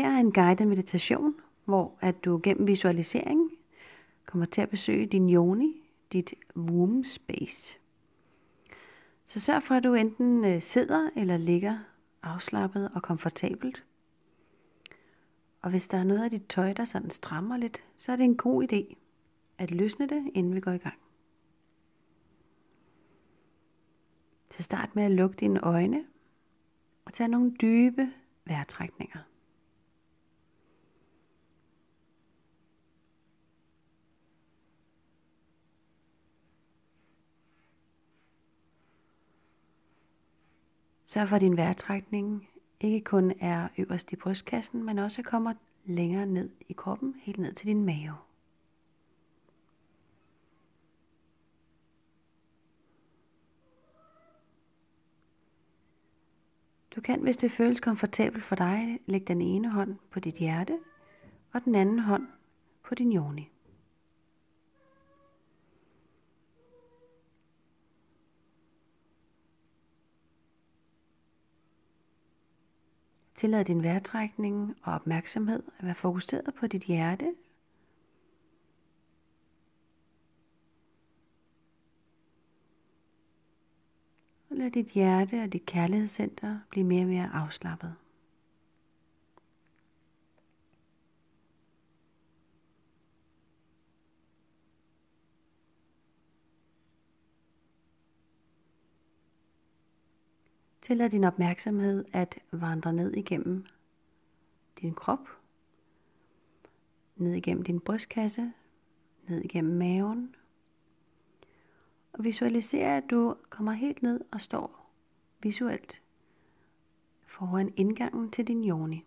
Her er en guided meditation, hvor at du gennem visualisering kommer til at besøge din yoni, dit womb space. Så sørg for, at du enten sidder eller ligger afslappet og komfortabelt. Og hvis der er noget af dit tøj, der sådan strammer lidt, så er det en god idé at løsne det, inden vi går i gang. Så start med at lukke dine øjne og tage nogle dybe vejrtrækninger. Sørg for, at din vejrtrækning ikke kun er øverst i brystkassen, men også kommer længere ned i kroppen, helt ned til din mave. Du kan, hvis det føles komfortabelt for dig, lægge den ene hånd på dit hjerte, og den anden hånd på din yoni. Tillad din vejrtrækning og opmærksomhed at være fokuseret på dit hjerte. Og lad dit hjerte og dit kærlighedscenter blive mere og mere afslappet. Tillad din opmærksomhed at vandre ned igennem din krop, ned igennem din brystkasse, ned igennem maven. Og visualiser, at du kommer helt ned og står visuelt foran indgangen til din yoni.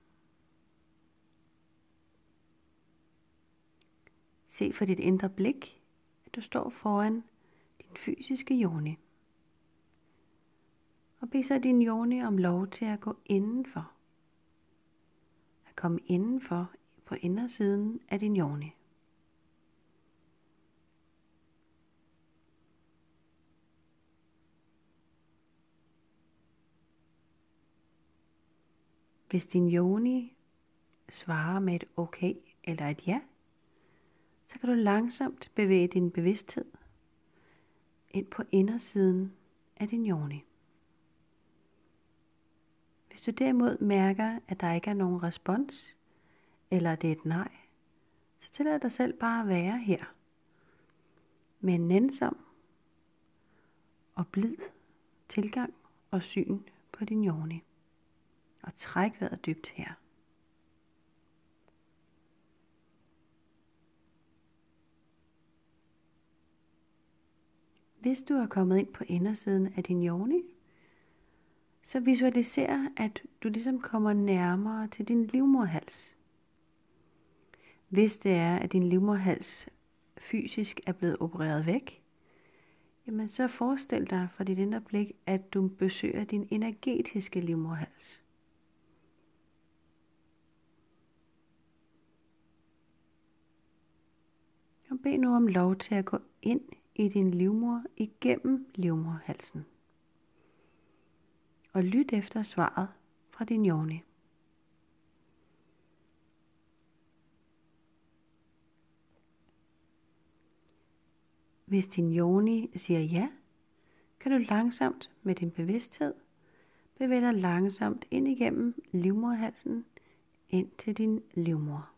Se for dit indre blik, at du står foran din fysiske yoni. Og bed så din yoni om lov til at gå indenfor. At komme indenfor på indersiden af din yoni. Hvis din yoni svarer med et okay eller et ja, så kan du langsomt bevæge din bevidsthed ind på indersiden af din yoni. Hvis du derimod mærker, at der ikke er nogen respons, eller det er et nej, så tillad dig selv bare at være her, med en nænsom og blid tilgang og syn på din yoni. Og træk vejret dybt her. Hvis du er kommet ind på indersiden af din yoni, så visualiser, at du ligesom kommer nærmere til din livmoderhals. Hvis det er, at din livmoderhals fysisk er blevet opereret væk, jamen så forestil dig for dit indre blik, at du besøger din energetiske livmoderhals. Og bed nu om lov til at gå ind i din livmoder igennem livmoderhalsen. Og lyt efter svaret fra din yoni. Hvis din yoni siger ja, kan du langsomt med din bevidsthed bevæge dig langsomt ind igennem livmoderhalsen ind til din livmoder.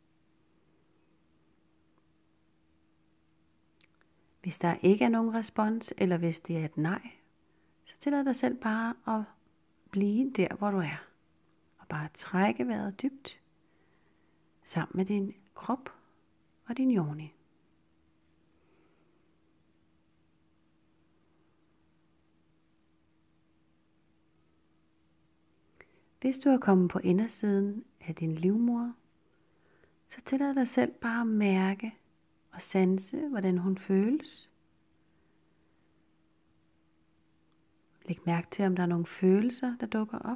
Hvis der ikke er nogen respons, eller hvis det er et nej, så tillad dig selv bare at blive der, hvor du er. Og bare trække vejret dybt sammen med din krop og din yoni. Hvis du er kommet på indersiden af din livmoder, så tillad dig selv bare at mærke og sanse, hvordan hun føles. Læg mærke til, om der er nogle følelser, der dukker op.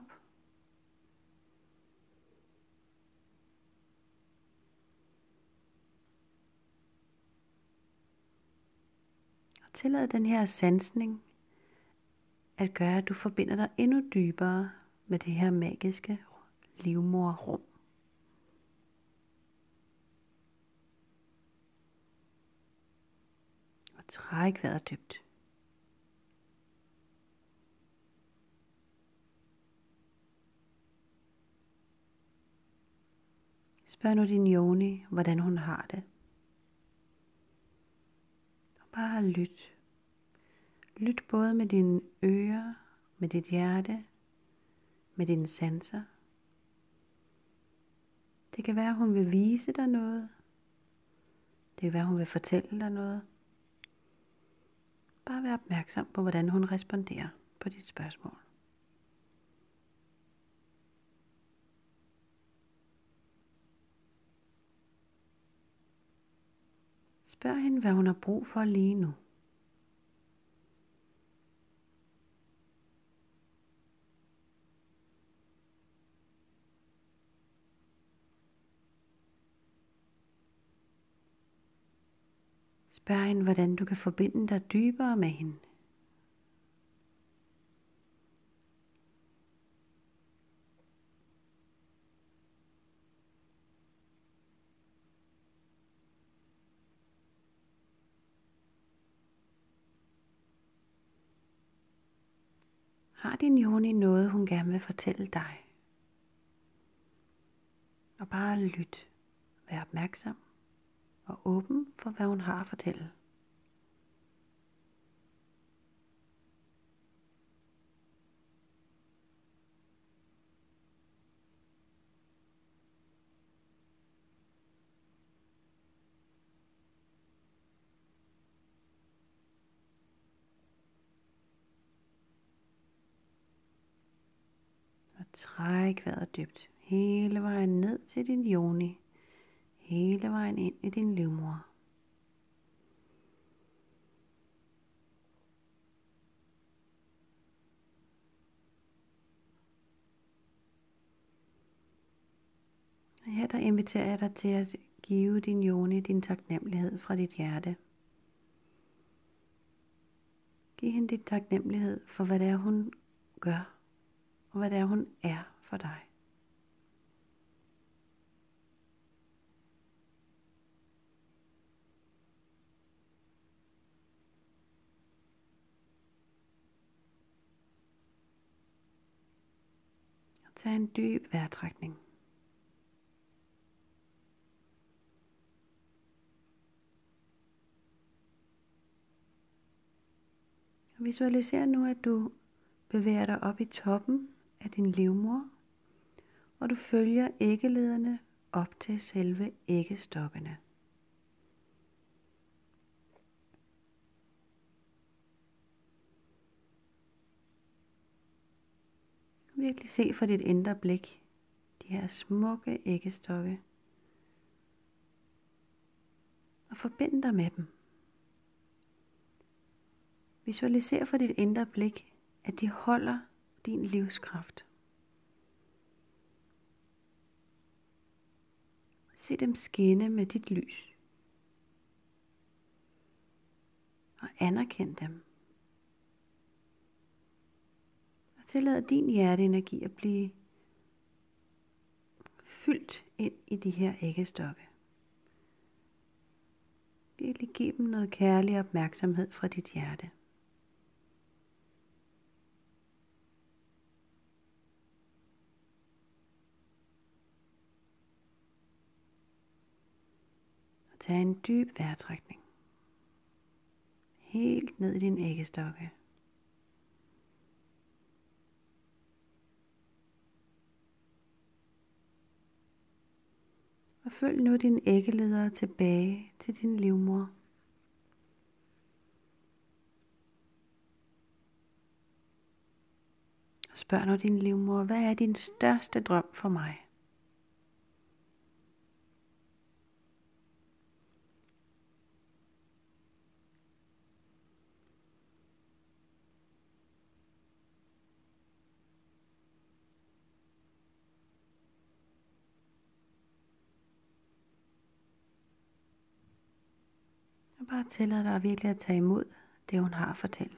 Og tillad den her sansning at gøre, at du forbinder dig endnu dybere med det her magiske livmoderrum. Og træk vejret dybt. Spørg nu din yoni, hvordan hun har det. Og bare lyt. Lyt både med dine ører, med dit hjerte, med dine sanser. Det kan være, at hun vil vise dig noget. Det kan være, at hun vil fortælle dig noget. Bare vær opmærksom på, hvordan hun responderer på dit spørgsmål. Spørg hende, hvad hun har brug for lige nu. Spørg hende, hvordan du kan forbinde dig dybere med hende. Har din yoni noget, hun gerne vil fortælle dig? Og bare lyt. Vær opmærksom og åben for, hvad hun har at fortælle. Og træk vejret dybt hele vejen ned til din yoni. Hele vejen ind i din livmoder. Og her der inviterer jeg dig til at give din yoni din taknemmelighed fra dit hjerte. Giv hende dit taknemmelighed for, hvad det er, hun gør, og hvad det er, hun er for dig. Tag en dyb vejrtrækning. Visualiser nu, at du bevæger dig op i toppen af din livmoder, og du følger æggelederne op til selve æggestokkene. Virkelig se for dit indre blik de her smukke æggestokke, og forbind dig med dem. Visualiser for dit indre blik, at de holder din livskraft. Se dem skinne med dit lys. Og anerkend dem. Og tillad din hjerteenergi at blive fyldt ind i de her æggestokke. Virkelig giv dem noget kærlig opmærksomhed fra dit hjerte. Og tag en dyb vejrtrækning. Helt ned i din æggestokke. Og følg nu dine æggeledere tilbage til din livmoder. Og spørg nu din livmoder, hvad er din største drøm for mig? Og bare tillad dig virkelig at tage imod det, hun har at fortælle.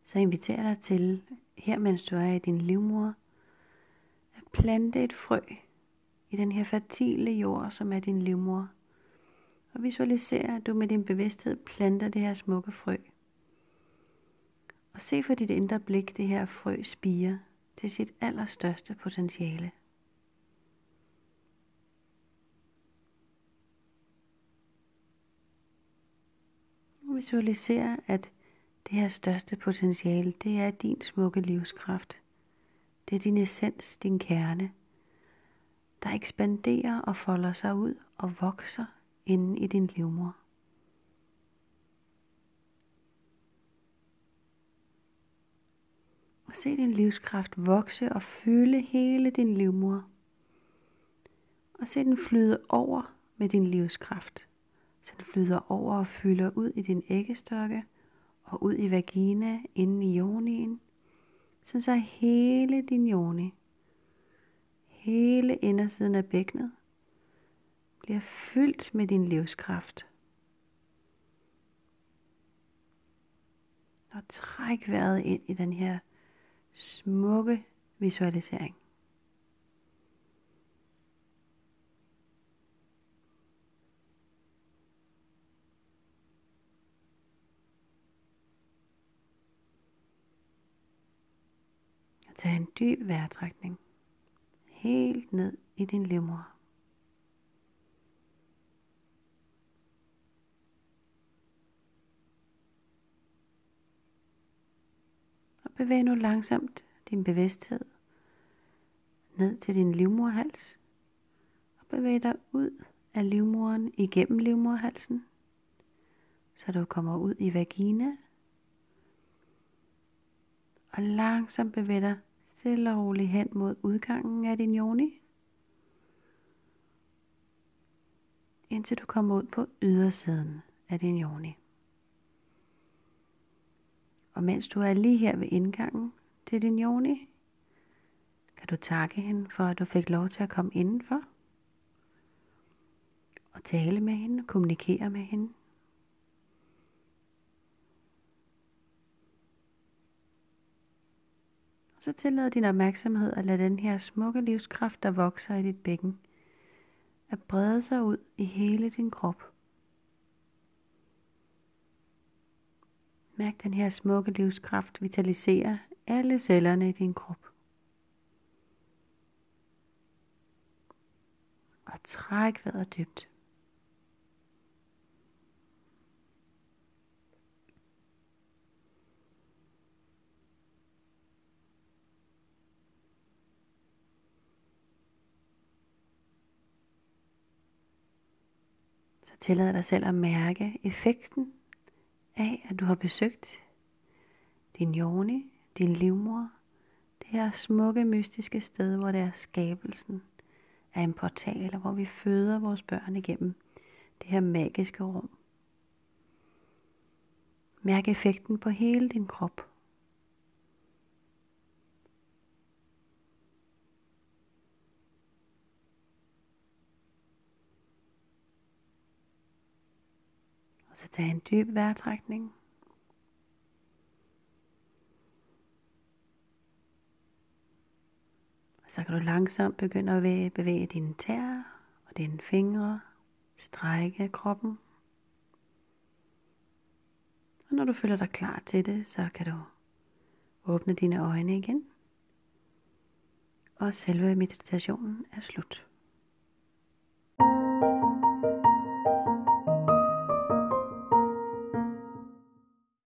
så inviterer jeg dig til, her mens du er i din livmoder, at plante et frø i den her fertile jord, som er din livmoder. Og visualiser, at du med din bevidsthed planter det her smukke frø. Og se for dit indre blik det her frø spire til sit allerstørste potentiale. Visualiser, at det her største potentiale, det er din smukke livskraft. Det er din essens, din kerne, der ekspanderer og folder sig ud og vokser inde i din livmoder. Og se din livskraft vokse og fylde hele din livmoder. Og se den flyde over med din livskraft. Så den flyder over og fylder ud i din æggestokke og ud i vagina, inde i yonien. Så hele din yoni, hele indersiden af bækkenet, bliver fyldt med din livskraft. Og træk vejret ind i den her smukke visualisering. Og tag en dyb vejrtrækning helt ned i din livmoder. Og bevæg nu langsomt din bevidsthed ned til din livmoderhals. Og bevæg dig ud af livmoderen igennem livmoderhalsen, så du kommer ud i vagina. Og langsomt bevæg dig stille og roligt hen mod udgangen af din yoni, indtil du kommer ud på ydersiden af din yoni. Og mens du er lige her ved indgangen til din yoni, kan du takke hende for, at du fik lov til at komme indenfor og tale med hende, kommunikere med hende. Og så tillad din opmærksomhed at lade den her smukke livskraft, der vokser i dit bækken, at brede sig ud i hele din krop. Mærk den her smukke livskraft vitalisere alle cellerne i din krop. Og træk vejret dybt. Så tillad dig selv at mærke effekten af, at du har besøgt din yoni, din livmoder, det her smukke, mystiske sted, hvor det er skabelsen af en portal, og hvor vi føder vores børn igennem det her magiske rum. Mærk effekten på hele din krop. Og så tag en dyb vejrtrækning. Så kan du langsomt begynde at bevæge dine tæer og dine fingre, strække kroppen. Og når du føler dig klar til det, så kan du åbne dine øjne igen. Og selve meditationen er slut.